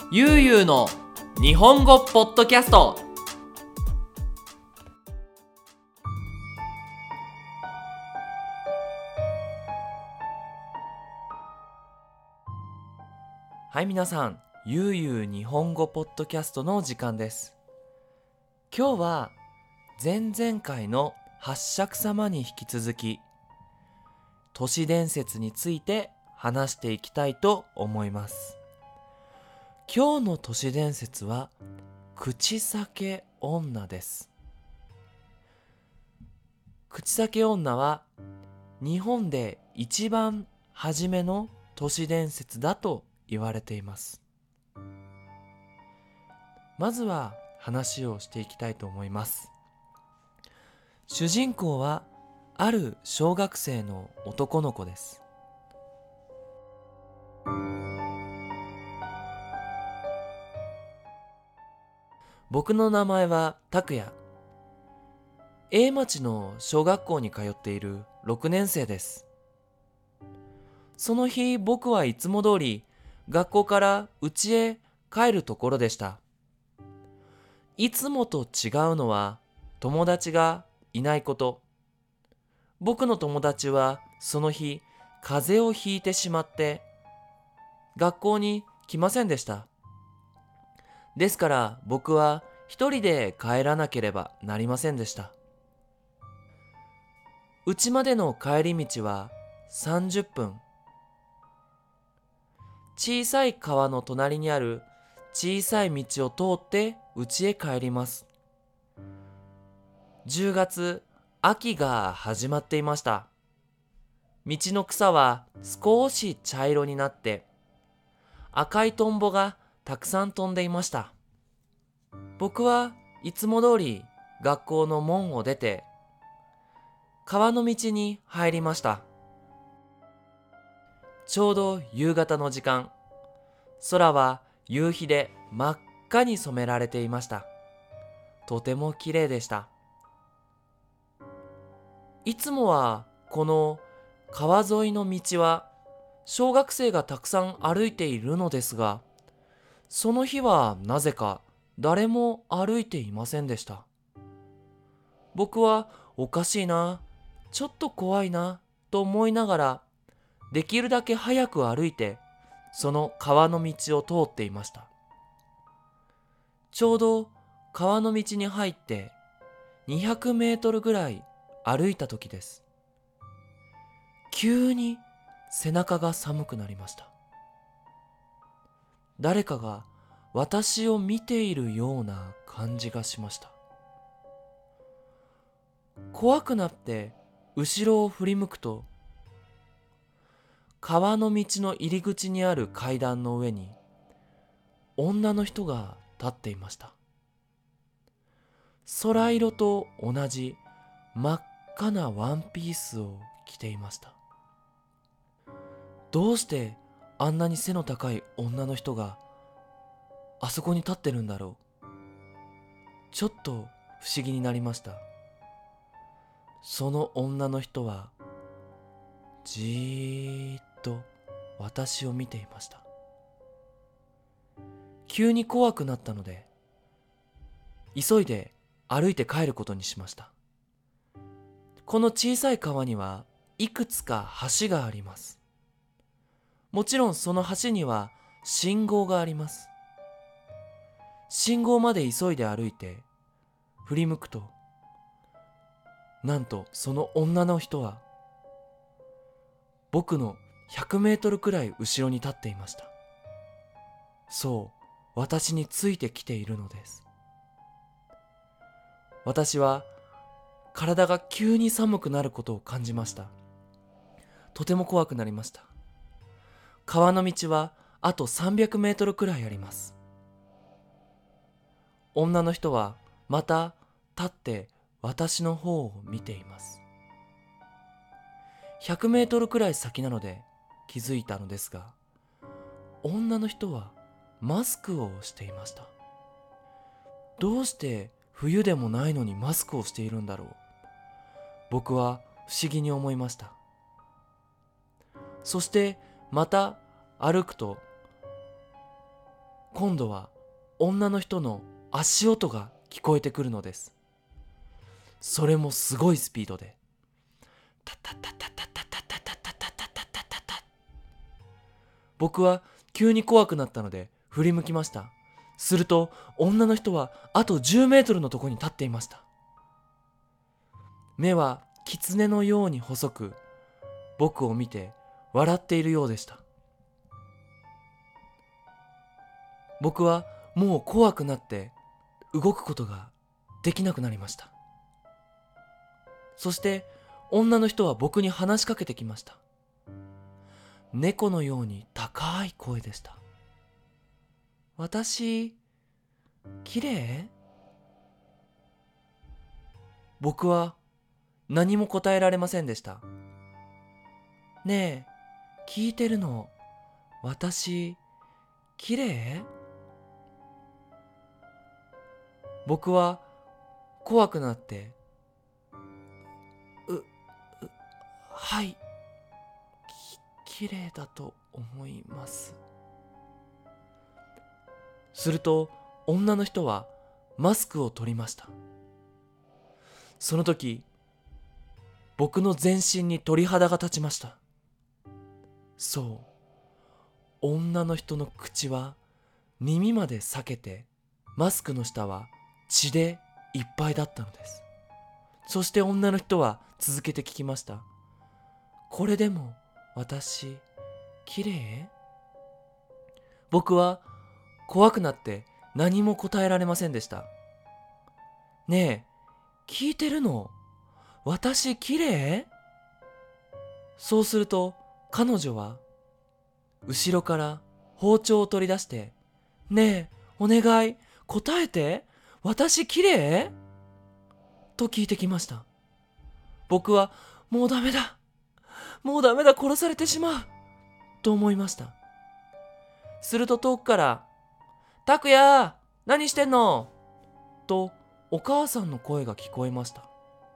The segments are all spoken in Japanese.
ゆうゆうの日本語ポッドキャスト。はい、皆さん、ゆうゆう日本語ポッドキャストの時間です。今日は前々回の八尺様に引き続き、都市伝説について話していきたいと思います。今日の都市伝説は口裂け女です。口裂け女は日本で一番初めの都市伝説だと言われています。まずは話をしていきたいと思います。主人公はある小学生の男の子です。僕の名前は拓也。A 町の小学校に通っている6年生です。その日、僕はいつも通り学校から家へ帰るところでした。いつもと違うのは友達がいないこと。僕の友達はその日風邪をひいてしまって学校に来ませんでした。ですから僕は一人で帰らなければなりませんでした。家までの帰り道は30分。小さい川の隣にある小さい道を通って家へ帰ります。10月、秋が始まっていました。道の草は少し茶色になって赤いトンボがたくさん飛んでいました。僕はいつも通り学校の門を出て川の道に入りました。ちょうど夕方の時間、空は夕日で真っ赤に染められていました。とても綺麗でした。いつもはこの川沿いの道は小学生がたくさん歩いているのですが、その日はなぜか誰も歩いていませんでした。僕はおかしいな、ちょっと怖いなと思いながら、できるだけ早く歩いてその川の道を通っていました。ちょうど川の道に入って200メートルぐらい歩いた時です。急に背中が寒くなりました。誰かが私を見ているような感じがしました。怖くなって後ろを振り向くと、川の道の入り口にある階段の上に女の人が立っていました。空色と同じ真っ赤なワンピースを着ていました。どうしてあんなに背の高い女の人があそこに立ってるんだろう。ちょっと不思議になりました。その女の人はじーっと私を見ていました。急に怖くなったので急いで歩いて帰ることにしました。この小さい川にはいくつか橋があります。もちろんその橋には信号があります。信号まで急いで歩いて振り向くと、なんとその女の人は僕の100メートルくらい後ろに立っていました。そう、私についてきているのです。私は体が急に寒くなることを感じました。とても怖くなりました。川の道はあと300メートルくらいあります。女の人はまた立って私の方を見ています。100メートルくらい先なので気づいたのですが、女の人はマスクをしていました。どうして冬でもないのにマスクをしているんだろう。僕は不思議に思いました。そしてまた歩くと、 今度は女の人の足音が聞こえてくるのです。それもすごいスピードで、タタタタタタタタタタタタタタタ。僕は急に怖くなったので振り向きました。すると女の人はあと10メートルのところに立っていました。目は狐のように細く、僕を見て笑っているようでした。僕はもう怖くなって動くことができなくなりました。そして女の人は僕に話しかけてきました。猫のように高い声でした。私、綺麗？僕は何も答えられませんでした。ねえ、聞いてるの？私、綺麗？僕は怖くなって、はい、綺麗だと思います。すると女の人はマスクを取りました。その時、僕の全身に鳥肌が立ちました。そう、女の人の口は耳まで裂けて、マスクの下は血でいっぱいだったのです。そして女の人は続けて聞きました。これでも私、綺麗？僕は怖くなって何も答えられませんでした。ねえ、聞いてるの？私、綺麗？そうすると彼女は後ろから包丁を取り出して、ねえ、お願い、答えて、私綺麗？と聞いてきました。僕はもうダメだ、もうダメだ、殺されてしまうと思いました。すると遠くから、拓也、何してんの？とお母さんの声が聞こえました。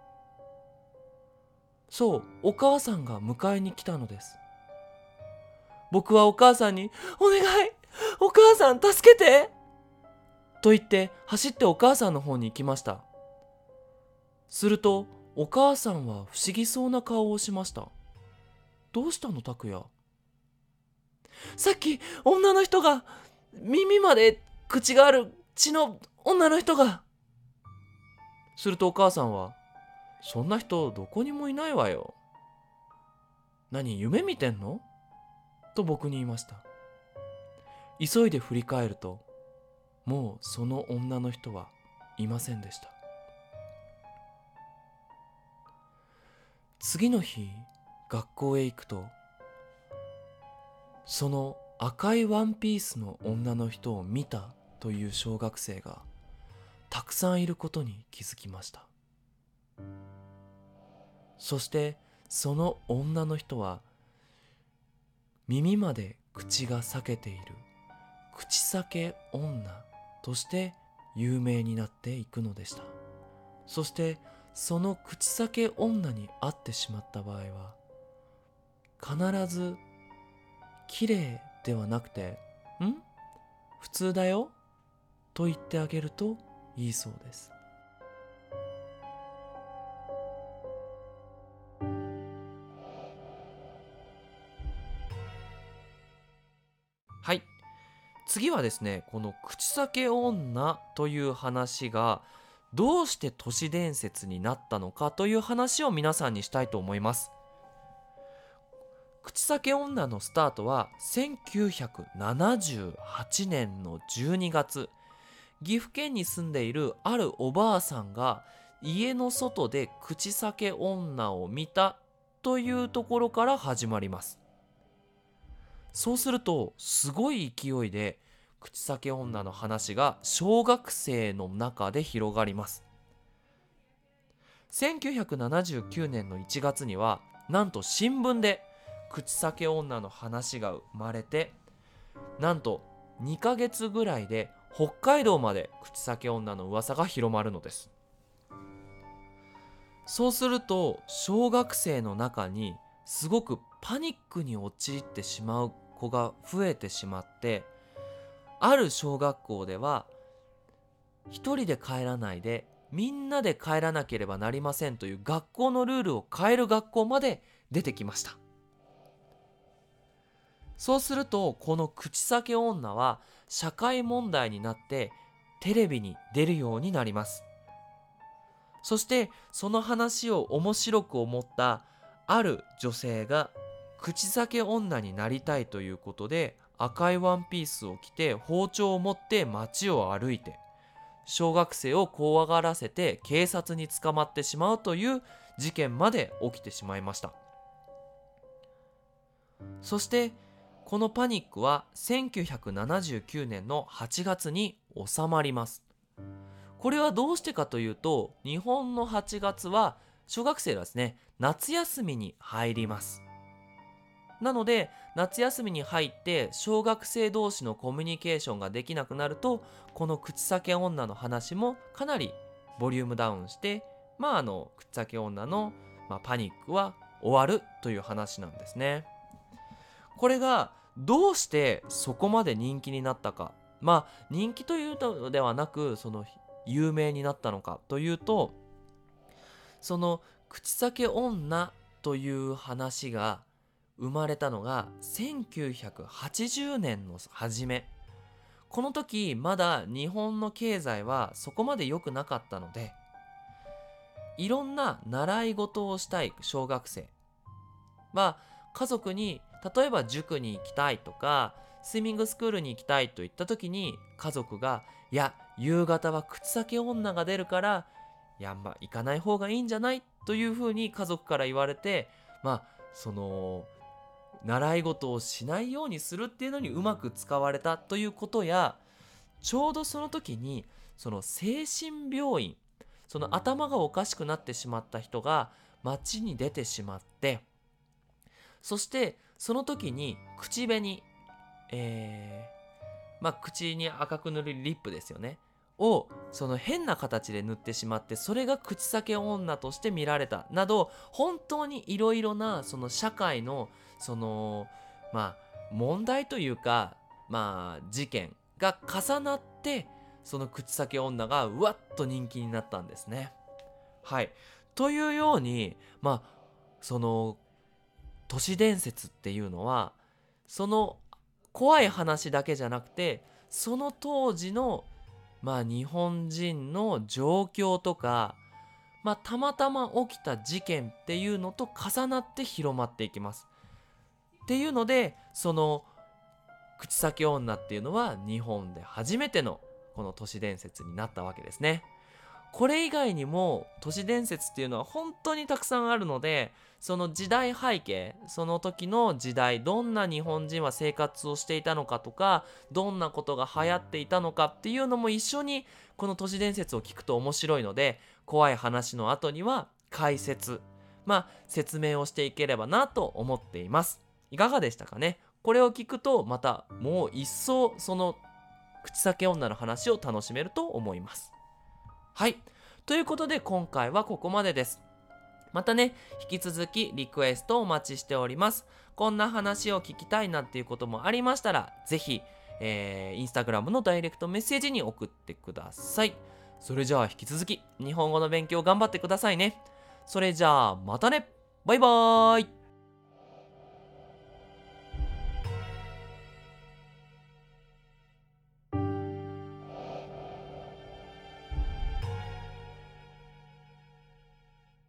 そう、お母さんが迎えに来たのです。僕はお母さんに、お願い、お母さん助けてと言って走ってお母さんの方に行きました。するとお母さんは不思議そうな顔をしました。どうしたの拓也？さっき女の人が、耳まで口がある血の女の人が。するとお母さんは、そんな人どこにもいないわよ。何、夢見てんの？と僕に言いました。急いで振り返ると、もうその女の人はいませんでした。次の日、学校へ行くと、その赤いワンピースの女の人を見たという小学生がたくさんいることに気づきました。そしてその女の人は、耳まで口が裂けている口裂け女として有名になっていくのでした。そしてその口裂け女に会ってしまった場合は、必ず綺麗ではなくて、普通だよと言ってあげるといいそうです。はい、次はですね、この口裂け女という話がどうして都市伝説になったのかという話を皆さんにしたいと思います。口裂け女のスタートは1978年の12月、岐阜県に住んでいるあるおばあさんが家の外で口裂け女を見たというところから始まります。そうするとすごい勢いで口裂け女の話が小学生の中で広がります。1979年の1月にはなんと新聞で口裂け女の話が生まれて、なんと2ヶ月ぐらいで北海道まで口裂け女の噂が広まるのです。そうすると小学生の中にすごくパニックに陥ってしまう子が増えてしまって、 ある小学校では一人で帰らないでみんなで帰らなければなりませんという学校のルールを変える学校まで出てきました。そうするとこの口裂け女は社会問題になってテレビに出るようになります。そしてその話を面白く思ったある女性が口裂け女になりたいということで赤いワンピースを着て包丁を持って街を歩いて小学生を怖がらせて警察に捕まってしまうという事件まで起きてしまいました。そしてこのパニックは1979年の8月に収まります。これはどうしてかというと、日本の8月は小学生がですね、夏休みに入ります。なので夏休みに入って小学生同士のコミュニケーションができなくなると、この口裂け女の話もかなりボリュームダウンして、口裂け女の、パニックは終わるという話なんですね。これがどうしてそこまで人気になったか、人気というのではなく有名になったのかというと、その口裂け女という話が生まれたのが1980年の初め。この時まだ日本の経済はそこまで良くなかったので、いろんな習い事をしたい小学生は家族に、例えば塾に行きたいとかスイミングスクールに行きたいといった時に、家族がいや夕方は口裂け女が出るから行かない方がいいんじゃないというふうに家族から言われて、習い事をしないようにするっていうのにうまく使われたということや、ちょうどその時に精神病院、頭がおかしくなってしまった人が街に出てしまって、そしてその時に口紅、口に赤く塗るリップですよねを変な形で塗ってしまって、それが口裂け女として見られたなど、本当にいろいろな社会の問題というか、事件が重なって、その口裂け女がうわっと人気になったんですね。はい。というように、都市伝説っていうのは怖い話だけじゃなくて、その当時の日本人の状況とか、たまたま起きた事件っていうのと重なって広まっていきます。っていうので、口裂け女っていうのは日本で初めてのこの都市伝説になったわけですね。これ以外にも都市伝説っていうのは本当にたくさんあるので、その時代背景、その時の時代、どんな日本人は生活をしていたのかとか、どんなことが流行っていたのかっていうのも一緒にこの都市伝説を聞くと面白いので、怖い話の後には解説、説明をしていければなと思っています。いかがでしたかね。これを聞くとまたもう一層その口裂け女の話を楽しめると思います。はい。ということで今回はここまでです。またね、引き続きリクエストお待ちしております。こんな話を聞きたいなんていうこともありましたら、ぜひ、インスタグラムのダイレクトメッセージに送ってください。それじゃあ引き続き日本語の勉強頑張ってくださいね。それじゃあまたね。バイバーイ。